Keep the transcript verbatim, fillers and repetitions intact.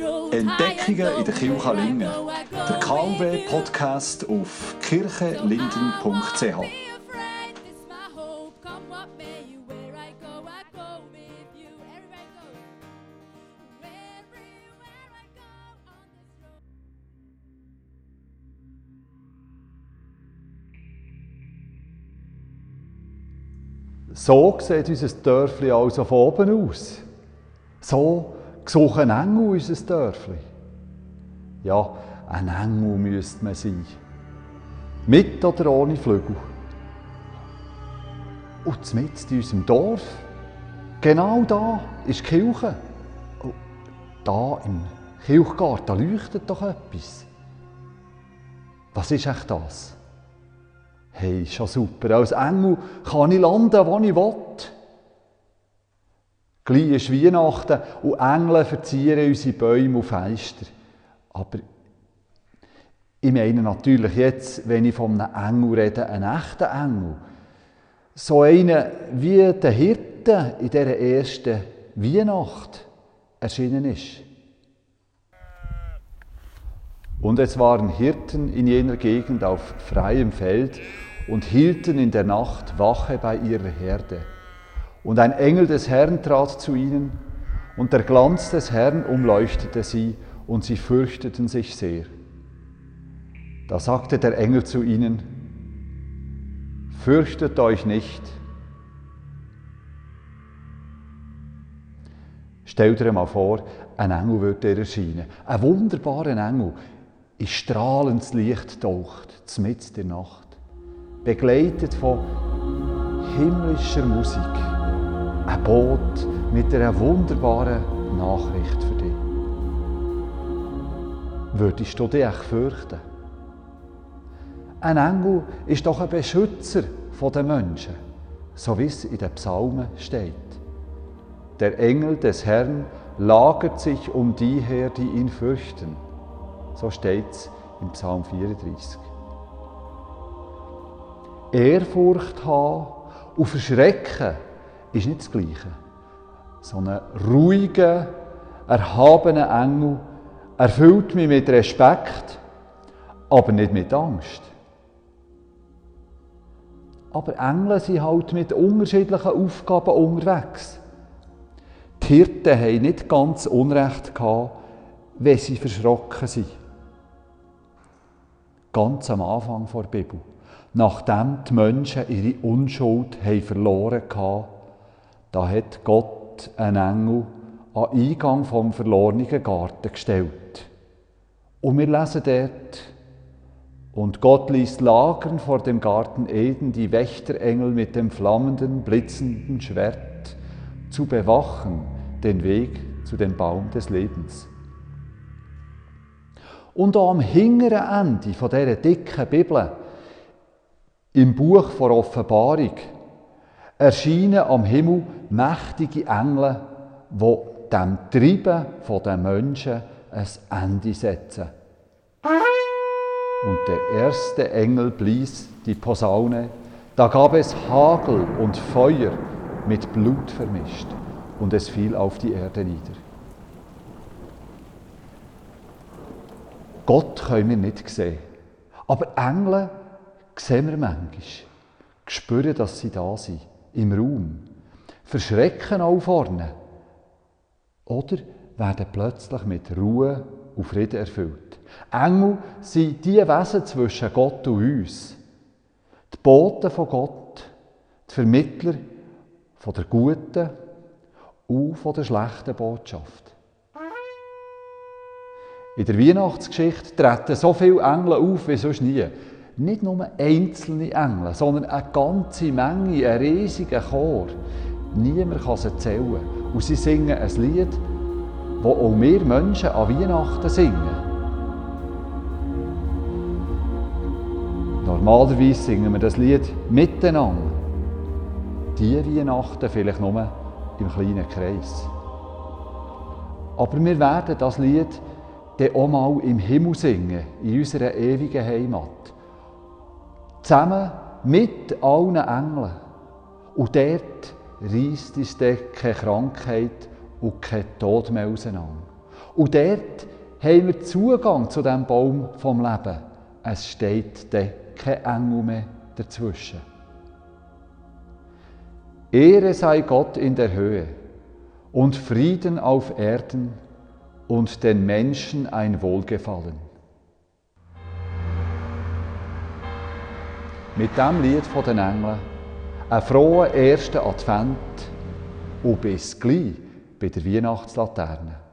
Entdeckungen in der Kirche Lingen. Der K W B-Podcast auf kirchenlinden punkt c h. So sieht unser Dörfli also von oben aus. So sieht ein Engel unser Dörfli. Ja, ein Engel müsste man sein. Mit oder ohne Flügel. Und mitten in unserem Dorf, genau da, ist die Kirche. Und da im Kirchgarten leuchtet doch etwas. Was ist echt das? Hey, schon super. Als Engel kann ich landen, wo ich will. Gleich ist Weihnachten und Engel verzieren unsere Bäume und Fenster. Aber ich meine natürlich jetzt, wenn ich von einem Engel rede, einen echten Engel. So einen, wie der Hirte in dieser ersten Weihnacht erschienen ist. Und es waren Hirten in jener Gegend auf freiem Feld und hielten in der Nacht Wache bei ihrer Herde. Und ein Engel des Herrn trat zu ihnen, und der Glanz des Herrn umleuchtete sie, und sie fürchteten sich sehr. Da sagte der Engel zu ihnen: Fürchtet euch nicht. Stellt dir mal vor, ein Engel würde dir erscheinen. Ein wunderbarer Engel, in strahlendes Licht taucht, mitten in der Nacht, begleitet von himmlischer Musik. Ein Boot mit einer wunderbaren Nachricht für dich. Würdest du dich echt fürchten? Ein Engel ist doch ein Beschützer der Menschen, so wie es in den Psalmen steht. Der Engel des Herrn lagert sich um die her, die ihn fürchten. So steht es im Psalm vierunddreißig. Ehrfurcht haben und verschrecken ist nicht das Gleiche. So ein ruhiger, erhabener Engel erfüllt mich mit Respekt, aber nicht mit Angst. Aber Engel sind halt mit unterschiedlichen Aufgaben unterwegs. Die Hirten haben nicht ganz Unrecht gehabt, wenn sie verschrocken sind. Ganz am Anfang der Bibel, nachdem die Menschen ihre Unschuld haben verloren hatten, da hat Gott einen Engel an den Eingang vom verlorenen Garten gestellt. Und wir lesen dort: Und Gott ließ lagern vor dem Garten Eden die Wächterengel mit dem flammenden, blitzenden Schwert, zu bewachen den Weg zu dem Baum des Lebens. Und am hinteren Ende von dieser dicken Bibel, im Buch der Offenbarung, erscheinen am Himmel mächtige Engel, die dem Treiben der Menschen ein Ende setzen. Und der erste Engel blies die Posaune, da gab es Hagel und Feuer mit Blut vermischt, und es fiel auf die Erde nieder. Gott können wir nicht sehen, aber Engel sehen wir manchmal, spüren, dass sie da sind, im Raum, verschrecken auch vorne oder werden plötzlich mit Ruhe und Frieden erfüllt. Engel sind die Wesen zwischen Gott und uns, die Boten von Gott, die Vermittler von der guten und von der schlechten Botschaft. In der Weihnachtsgeschichte treten so viele Engel auf wie sonst nie. Nicht nur einzelne Engel, sondern eine ganze Menge, ein riesiger Chor. Niemand kann sie zählen. Und sie singen ein Lied, das auch wir Menschen an Weihnachten singen. Normalerweise singen wir das Lied miteinander. Diese Weihnachten vielleicht nur im kleinen Kreis. Aber wir werden das Lied dann auch mal im Himmel singen, in unserer ewigen Heimat. Zusammen mit allen Engeln. Und dort reisst uns dann keine Krankheit und kein Tod mehr auseinander. Und dort haben wir Zugang zu diesem Baum vom Leben. Es steht dann kein Engel mehr dazwischen. Ehre sei Gott in der Höhe und Frieden auf Erden und den Menschen ein Wohlgefallen. Mit diesem Lied von den Engeln einen frohen ersten Advent und bis gleich bei der Weihnachtslaterne.